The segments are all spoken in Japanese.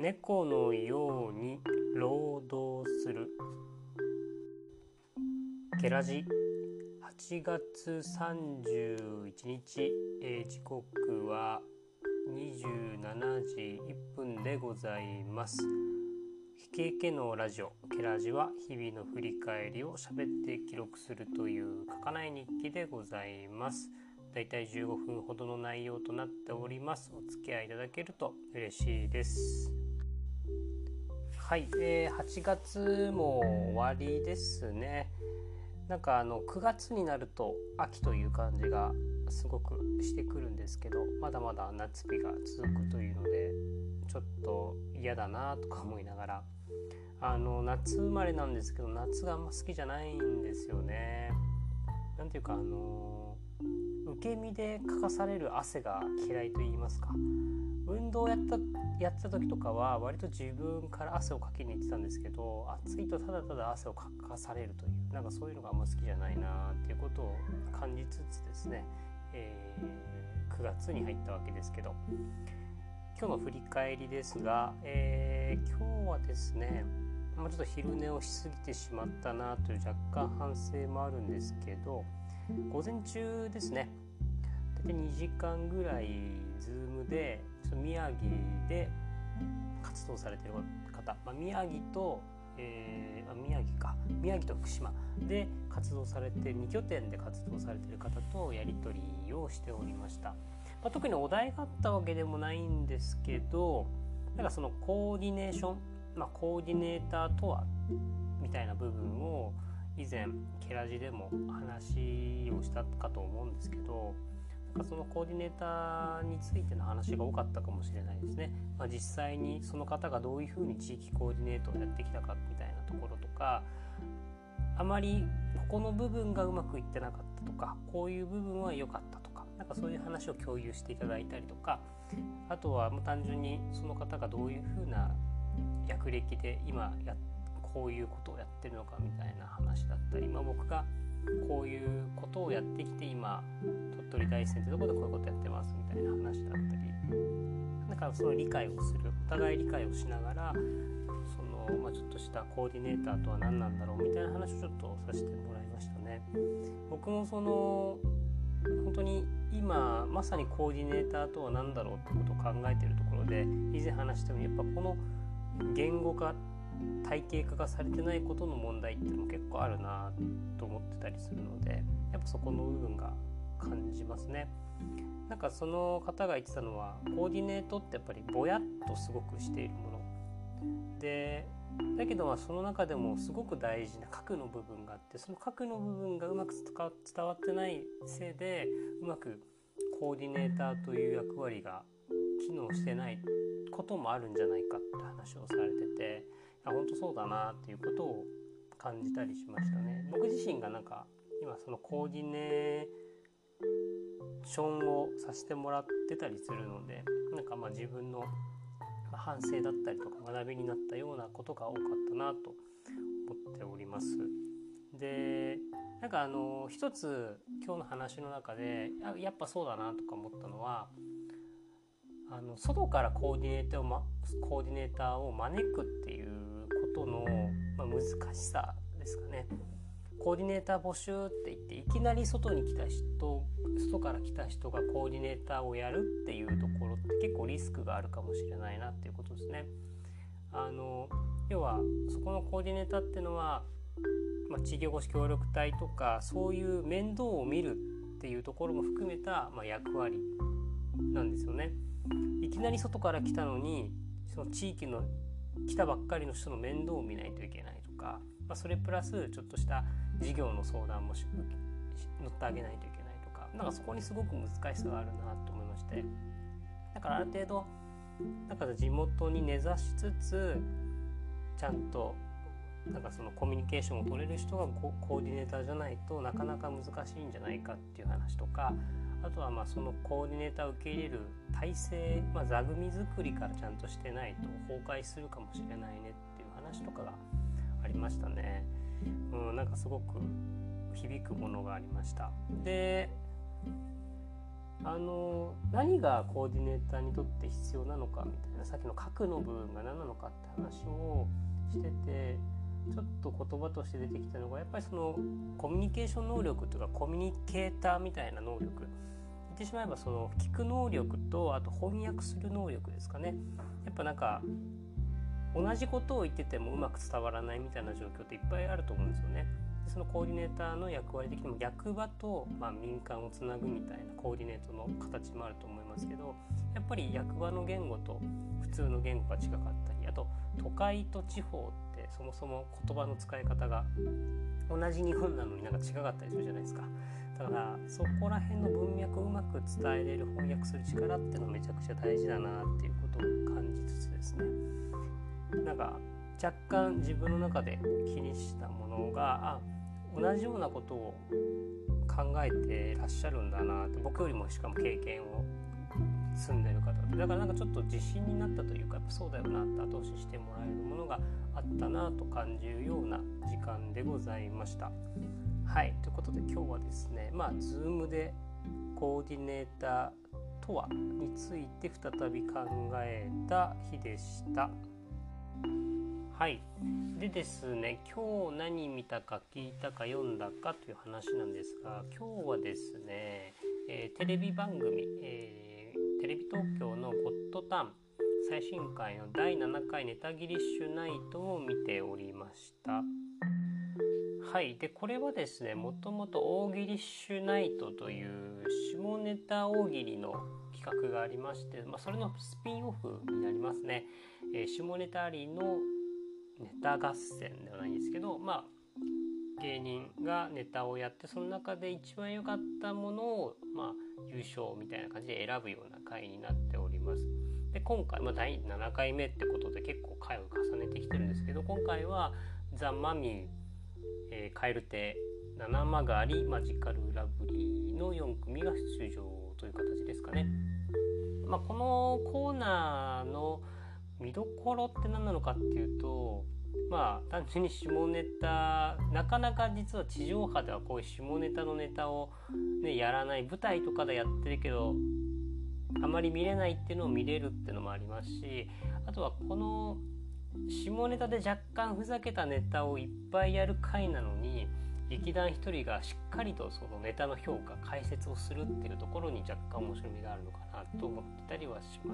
猫のように労働する。ケラジ8月31日、時刻は27時1分でございます。非経験のラジオケラジは日々の振り返りを喋って記録するという書かない日記でございます。だいたい15分ほどの内容となっております。お付き合いいただけると嬉しいです。はい、8月も終わりですね。なんか9月になると秋という感じがすごくしてくるんですけど、まだまだ夏日が続くというのでちょっと嫌だなとか思いながら、夏生まれなんですけど夏があんま好きじゃないんですよね。なんていうか受け身でかかされる汗が嫌いと言いますか。運動やった時とかは割と自分から汗をかきに行ってたんですけど、暑いとただただ汗をかかされるという、なんかそういうのがあんま好きじゃないなっていうことを感じつつですね、9月に入ったわけですけど、今日の振り返りですが、今日はですね、ちょっと昼寝をしすぎてしまったなという若干反省もあるんですけど、午前中ですね、大体2時間ぐらい Zoom で宮城で活動されている方、宮城と、宮城と福島で活動されている2拠点で活動されている方とやり取りをしておりました。特にお題があったわけでもないんですけど、なんかそのコーディネーション、コーディネーターとはみたいな部分を以前ケラジでも話をしたかと思うんですけど、なんかそのコーディネーターについての話が多かったかもしれないですね。実際にその方がどういうふうに地域コーディネートをやってきたかみたいなところとか、あまりここの部分がうまくいってなかったとか、こういう部分は良かったとか、なんかそういう話を共有していただいたりとか、あとはもう単純にその方がどういうふうな役歴で今こういうことをやってるのかみたいな話だったり、僕がこういうことをやってきて今鳥取大山ってところでこういうことやってますみたいな話だったり、なんかその理解をする、お互い理解をしながらちょっとしたコーディネーターとは何なんだろうみたいな話をちょっとさせてもらいましたね。僕も本当に今まさにコーディネーターとは何だろうってことを考えているところで、以前話したようにやっぱこの言語化体系化がされてないことの問題っていうのも結構あるなと思ってたりするので、やっぱそこの部分が感じますね。なんかその方が言ってたのは、コーディネートってやっぱりぼやっとすごくしているもので、だけどその中でもすごく大事な核の部分があって、その核の部分がうまく伝わってないせいでうまくコーディネーターという役割が機能してないこともあるんじゃないかって話をされてて、本当そうだなっていうことを感じたりしましたね。僕自身がなんか今そのコーディネーションをさせてもらってたりするので、なんか自分の反省だったりとか学びになったようなことが多かったなと思っております。で、なんか一つ今日の話の中でやっぱそうだなとか思ったのは、外からコーディネーターを招くっていうことの、難しさですかね。コーディネーター募集って言っていきなり外から来た人がコーディネーターをやるっていうところって結構リスクがあるかもしれないなっていうことですね。要はそこのコーディネーターっていうのは、地域おこし協力隊とかそういう面倒を見るっていうところも含めた、役割なんですよね。いきなり外から来たのにその地域の来たばっかりの人の面倒を見ないといけないとか、それプラスちょっとした事業の相談も乗ってあげないといけないとか、なんかそこにすごく難しさがあるなと思いまして、だからある程度なんか地元に根ざしつつちゃんとなんかそのコミュニケーションを取れる人がコーディネーターじゃないとなかなか難しいんじゃないかっていう話とか、あとはそのコーディネーターを受け入れる体制、座組作りからちゃんとしてないと崩壊するかもしれないねっていう話とかがありましたね。なんかすごく響くものがありました。で、 何がコーディネーターにとって必要なのかみたいな、さっきの核の部分が何なのかって話をしてて、ちょっと言葉として出てきたのがやっぱりそのコミュニケーション能力というかコミュニケーターみたいな能力、言ってしまえばその聞く能力とあと翻訳する能力ですかね。やっぱなんか同じことを言っててもうまく伝わらないみたいな状況っていっぱいあると思うんですよね。でそのコーディネーターの役割的にも役場と、民間をつなぐみたいなコーディネートの形もあると思いますけど、やっぱり役場の言語と普通の言語が違かったり、あと都会と地方ってそもそも言葉の使い方が同じ日本なのになんか違かったりするじゃないですか。だからそこら辺の文脈をうまく伝えれる、翻訳する力っていうのはめちゃくちゃ大事だなっていうことを感じつつですね、なんか若干自分の中で気にしたものが同じようなことを考えてらっしゃるんだなって、僕よりもしかも経験を積んでる方で、だからなんかちょっと自信になったというか、やっぱそうだよなって後押ししてもらえるものがあったなと感じるような時間でございました。はい、ということで今日はですね、Zoom でコーディネーターとはについて再び考えた日でした。はい、でですね、今日何見たか聞いたか読んだかという話なんですが、今日はですね、テレビ番組、テレビ東京のゴッドタン最新回の第7回ネタギリッシュナイトを見ておりました。はい、でこれはですね、もともと大喜利ッシュナイトという下ネタ大喜利の企画がありまして、それのスピンオフになりますね。下ネタありのネタ合戦ではないんですけど、芸人がネタをやって、その中で一番良かったものを、優勝みたいな感じで選ぶような回になっております。で今回、第7回目ってことで結構回を重ねてきてるんですけど、今回はザ・マミュ、蛙亭、七曲り、マジカルラブリーの4組が出場という形ですかね。このコーナーの見どころって何なのかっていうと、単純に下ネタ、なかなか実は地上波ではこういう下ネタのネタを、やらない、舞台とかでやってるけどあまり見れないっていうのを見れるっていうのもありますし、あとはこの下ネタで若干ふざけたネタをいっぱいやる回なのに、劇団一人がしっかりとそのネタの評価解説をするっていうところに若干面白みがあるのかなと思ってたりはします。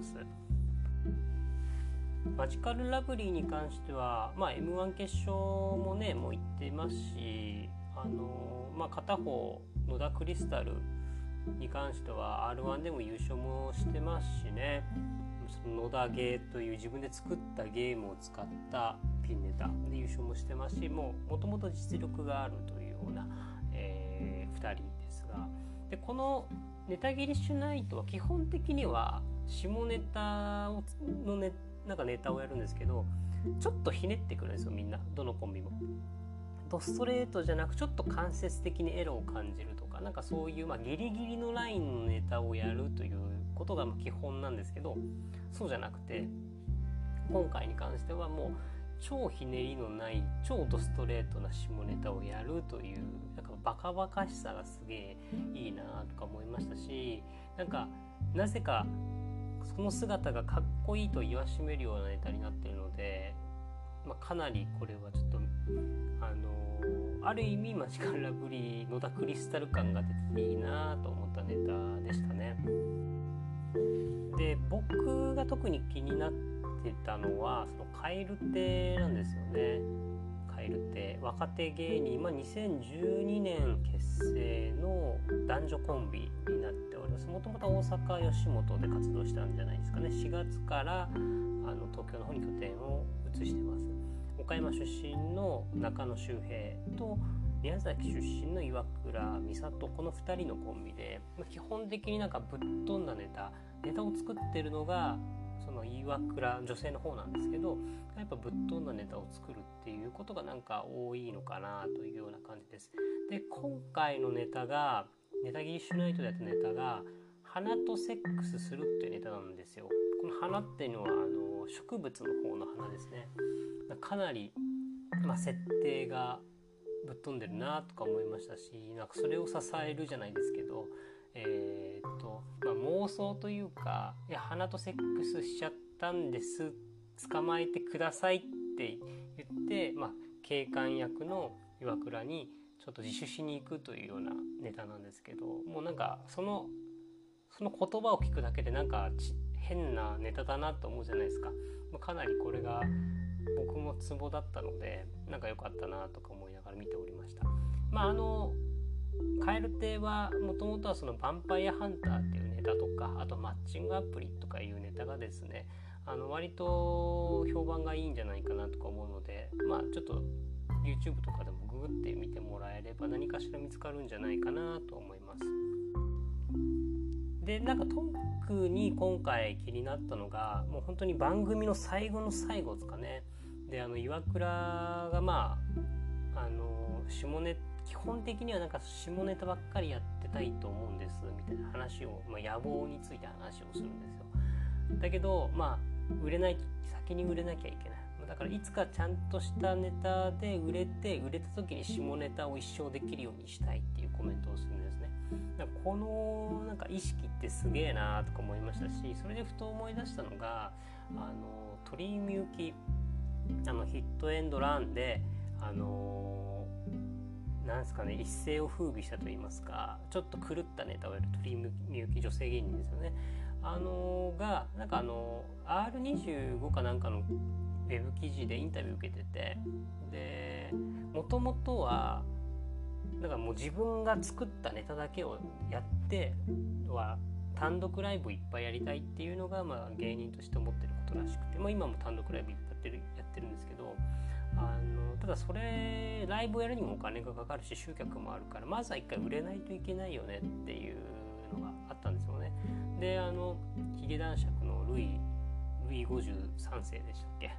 マジカルラブリーに関しては、M1 決勝もねもう行ってますし、片方野田クリスタルに関しては R1 でも優勝もしてますしね、その野田ゲーという自分で作ったゲームを使ったピンネタで優勝もしてますし、もともと実力があるというような、2人ですが、でこのネタギリッシュナイトは基本的には下ネタのなんかネタをやるんですけど、ちょっとひねってくるんですよ、みんなどのコンビも。ドストレートじゃなくちょっと間接的にエロを感じるとか、なんかそういう、ギリギリのラインのネタをやるということが基本なんですけど、そうじゃなくて今回に関してはもう超ひねりのない超ドストレートな下ネタをやるという、なんかバカバカしさがすげえいいなとか思いましたし、なぜかその姿がかっこいいと言わしめるようなネタになっているので、かなりこれはちょっとある意味マジカルラブリー野田クリスタル感が出てていいなと思ったネタでしたね。で僕が特に気になってたのはその蛙亭なんですよね。蛙亭、若手芸人、2012年結成の男女コンビになっております。もともと大阪吉本で活動したんじゃないですかね。4月から東京の方に拠点を移してます。岡山出身の中野周平と宮崎出身の岩倉美里、この2人のコンビで、基本的になんかぶっ飛んだネタを作ってるのがその岩倉、女性の方なんですけど、やっぱぶっ飛んだネタを作るっていうことがなんか多いのかなというような感じです。で今回のネタがネタギリッシュナイトでやったネタが花とセックスするっていうネタなんですよ。この花っていうのは植物の方の花ですね。かなり、設定がぶっ飛んでるなとか思いましたし、なんかそれを支えるじゃないですけど、 妄想というか、いや鼻とセックスしちゃったんです、捕まえてくださいって言って、警官役の岩倉にちょっと自首しに行くというようなネタなんですけど、もうなんかその言葉を聞くだけでなんか変なネタだなと思うじゃないですか。かなりこれが僕もツボだったので、なんか良かったなとか思いながら見ておりました。蛙亭はもともとはそのヴァンパイアハンターっていうネタとか、あとマッチングアプリとかいうネタがですね、割と評判がいいんじゃないかなとか思うので、ちょっと YouTube とかでもググってみてもらえれば何かしら見つかるんじゃないかなと思います。で、なんか特に今回気になったのが、もう本当に番組の最後の最後ですかね。で、岩倉が下ネ基本的にはなんか下ネタばっかりやってたいと思うんですみたいな話を、野望について話をするんですよ。だけど先に売れなきゃいけない。だからいつかちゃんとしたネタで売れた時に下ネタを一生できるようにしたいっていうコメントをするんですね。だからこのなんか意識ってすげえなとか思いましたし、それでふと思い出したのが鳥居みゆきヒットエンドランでなんですかね、一世を風靡したといいますか、ちょっと狂ったネタをやる鳥居みゆき、女性芸人ですよね。がなんかR25 かなんかのウェブ記事でインタビュー受けてて、でもともとはなんかもう自分が作ったネタだけをやっては単独ライブをいっぱいやりたいっていうのが芸人として思ってることらしくて、今も単独ライブやってるんですけど、ただそれライブをやるにもお金がかかるし集客もあるから、まずは一回売れないといけないよねっていうのがあったんですよね。でヒゲ男爵のルイ53世でしたっけ、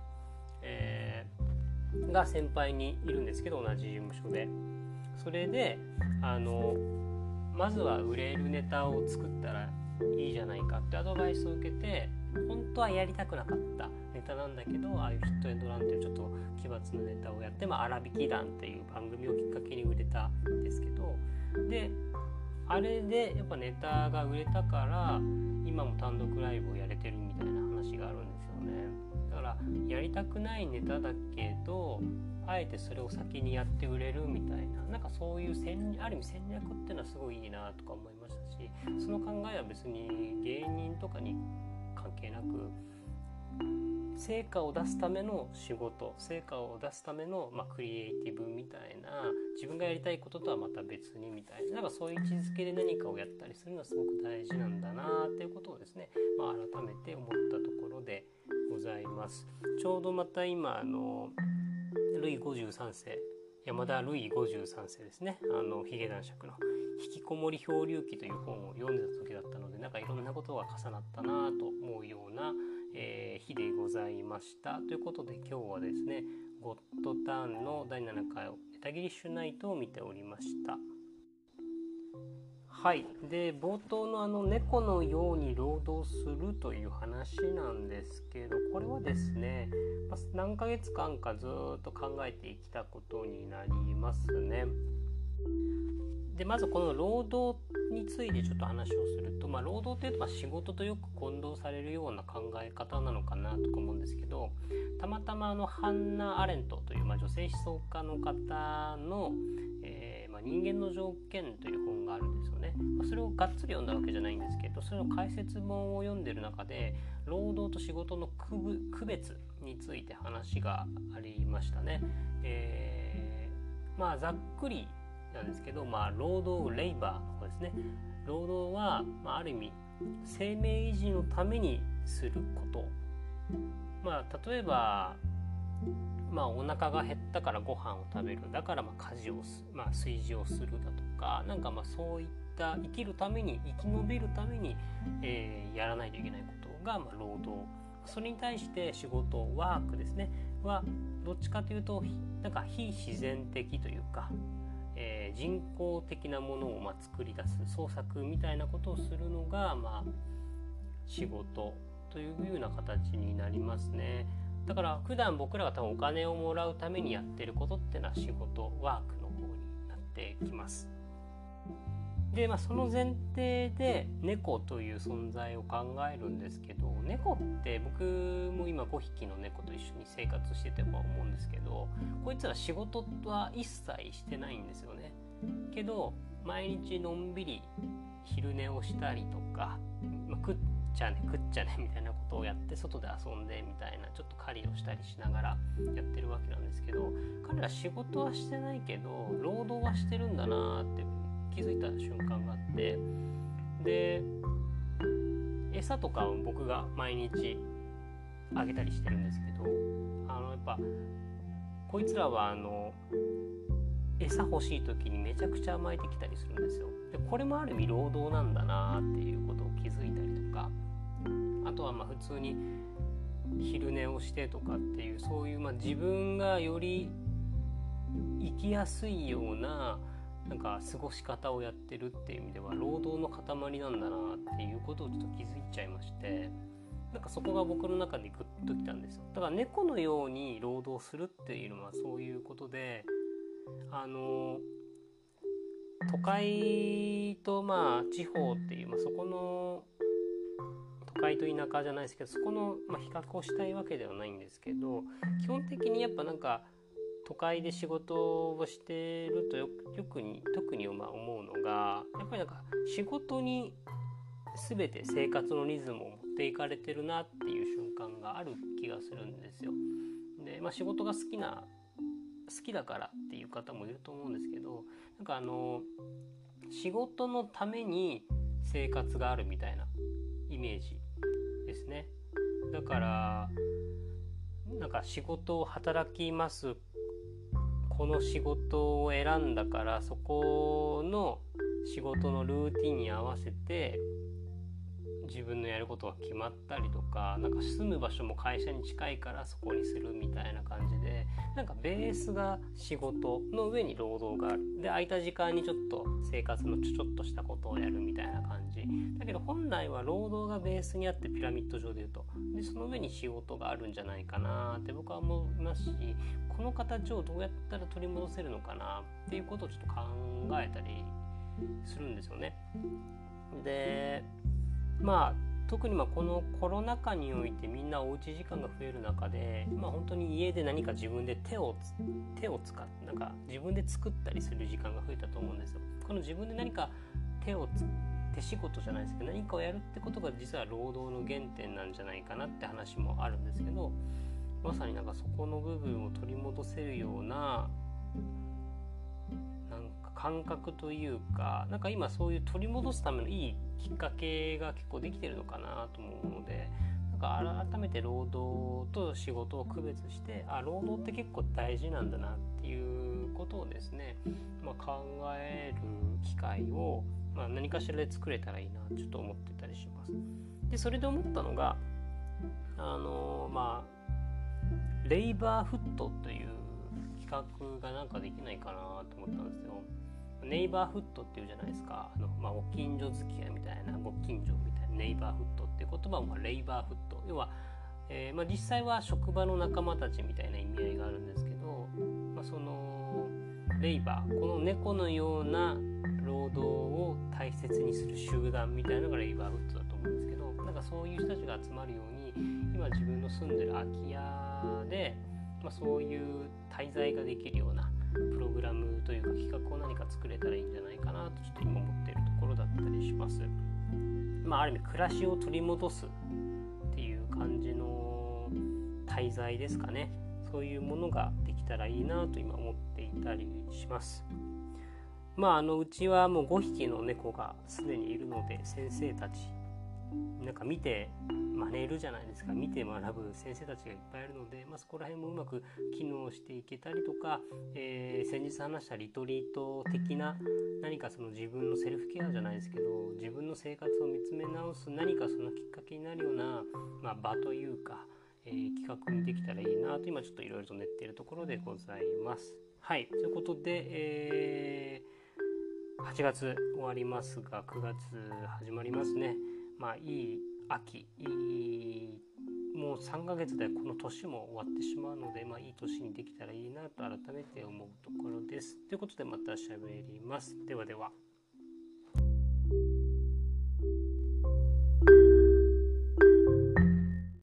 が先輩にいるんですけど、同じ事務所で。それでまずは売れるネタを作ったらいいじゃないかってアドバイスを受けて、本当はやりたくなかったネタなんだけど、ああいうヒットエンドランっていうちょっと奇抜なネタをやって、荒引き団っていう番組をきっかけに売れたんですけど、であれでやっぱネタが売れたから今も単独ライブをやれてるみたいな話があるんですよね。だからやりたくないネタだけどあえてそれを先にやって売れるみたいな、なんかそういうある意味戦略っていうのはすごいいいなとか思いましたし、その考えは別に芸人とかに関係なく、成果を出すための仕事、成果を出すための、クリエイティブみたいな、自分がやりたいこととはまた別にみたいな、なんかそういう位置づけで何かをやったりするのはすごく大事なんだなっていうことをですね、改めて思ったところでございます。ちょうどまた今ルイ53世、山田ルイ53世ですね、ヒゲ男爵の引きこもり漂流記という本を読んでた時だったので、なんかいろんなことが重なったなと思うような、日でございました。ということで今日はですね、ゴッドターンの第7回をネタギリッシュナイトを見ておりました。はい。で冒頭の猫のように労働するという話なんですけど、これはですね、何ヶ月間かずっと考えてきたことになりますね。でまずこの労働についてちょっと話をすると、労働というと仕事とよく混同されるような考え方なのかなとか思うんですけど、たまたまハンナ・アレントという、女性思想家の方の、人間の条件という本があるんですよね。それをがっつり読んだわけじゃないんですけど、それの解説本を読んでる中で労働と仕事の区別について話がありましたね。ざっくりなんですけど、労働レイバーの方ですね。労働は、ある意味生命維持のためにすること、例えばお腹が減ったからご飯を食べる、だから家事を炊事をするだとか、なんかそういった生きるために生き延びるために、やらないといけないことが労働。それに対して仕事ワークですねはどっちかというとなんか非自然的というか、人工的なものを作り出す創作みたいなことをするのが仕事というような形になりますね。だから普段僕らが多分お金をもらうためにやってることっていうのは仕事ワークの方になってきます。 で、その前提で猫という存在を考えるんですけど、猫って僕も今5匹の猫と一緒に生活してても思うんですけど、こいつら仕事は一切してないんですよね。けど毎日のんびり昼寝をしたりとか、食っちゃねみたいなことをやって、外で遊んでみたいな、ちょっと狩りをしたりしながらやってるわけなんですけど、彼ら仕事はしてないけど労働はしてるんだなって気づいた瞬間があって、で餌とかを僕が毎日あげたりしてるんですけど、やっぱこいつらは餌欲しい時にめちゃくちゃ甘えてきたりするんですよ。でこれもある意味労働なんだなっていうことを気づいたりとか、あとは普通に昼寝をしてとかっていう、そういう自分がより生きやすいような過ごし方をやってるっていう意味では労働の塊なんだなっていうことをちょっと気づいちゃいまして、そこが僕の中でグッときたんですよ。だから猫のように労働するっていうのはそういうことで、都会と地方っていう、そこの都会と田舎じゃないですけど、そこの比較をしたいわけではないんですけど、基本的にやっぱ都会で仕事をしてると特に思うのが、やっぱり仕事に全て生活のリズムを持っていかれてるなっていう瞬間がある気がするんですよ。で、仕事が好きだからっていう方もいると思うんですけど、仕事のために生活があるみたいなイメージですね。だから仕事を働きます、この仕事を選んだからそこの仕事のルーティンに合わせて自分のやることが決まったりとか、住む場所も会社に近いからそこにするみたいな感じで、ベースが仕事の上に労働がある。で空いた時間にちょっと生活のちょっとしたことをやるみたいな感じだけど、本来は労働がベースにあって、ピラミッド上でいうと、でその上に仕事があるんじゃないかなって僕は思いますし、この形をどうやったら取り戻せるのかなっていうことをちょっと考えたりするんですよね。で特にこのコロナ禍においてみんなおうち時間が増える中で、本当に家で何か自分で手を使って自分で作ったりする時間が増えたと思うんですよ。この自分で何か手仕事じゃないですけど何かをやるってことが実は労働の原点なんじゃないかなって話もあるんですけど、まさにそこの部分を取り戻せるような感覚というか、今そういう取り戻すためのいいきっかけが結構できてるのかなと思うので、改めて労働と仕事を区別して、労働って結構大事なんだなっていうことをですね、考える機会を、何かしらで作れたらいいなちょっと思ってたりします。でそれで思ったのがレイバーフットという企画ができないかなと思ったんですよ。ネイバーフットっていうじゃないですか。ご近所付き合いみたいな、ご近所みたいなネイバーフットっていう言葉もレイバーフット、要は、実際は職場の仲間たちみたいな意味合いがあるんですけど、そのレイバー、この猫のような労働を大切にする集団みたいなのがレイバーフットだと思うんですけど、そういう人たちが集まるように今自分の住んでる空き家で、そういう滞在ができるようなプログラムというか企画を何か作れたらいいんじゃないかなとちょっと今思っているところだったりします。ある意味暮らしを取り戻すっていう感じの滞在ですかね。そういうものができたらいいなと今思っていたりします。うちはもう5匹の猫がすでにいるので、先生たち見て真似るじゃないですか。見て学ぶ先生たちがいっぱいいるので、そこら辺もうまく機能していけたりとか、先日話したリトリート的な何かその自分のセルフケアじゃないですけど、自分の生活を見つめ直す何かそのきっかけになるような、場というか、企画にできたらいいなと今ちょっといろいろと練っているところでございます。はい、ということで、8月終わりますが9月始まりますね。いい秋、もう3ヶ月でこの年も終わってしまうので、いい年にできたらいいなと改めて思うところです。ということでまた喋ります。ではでは。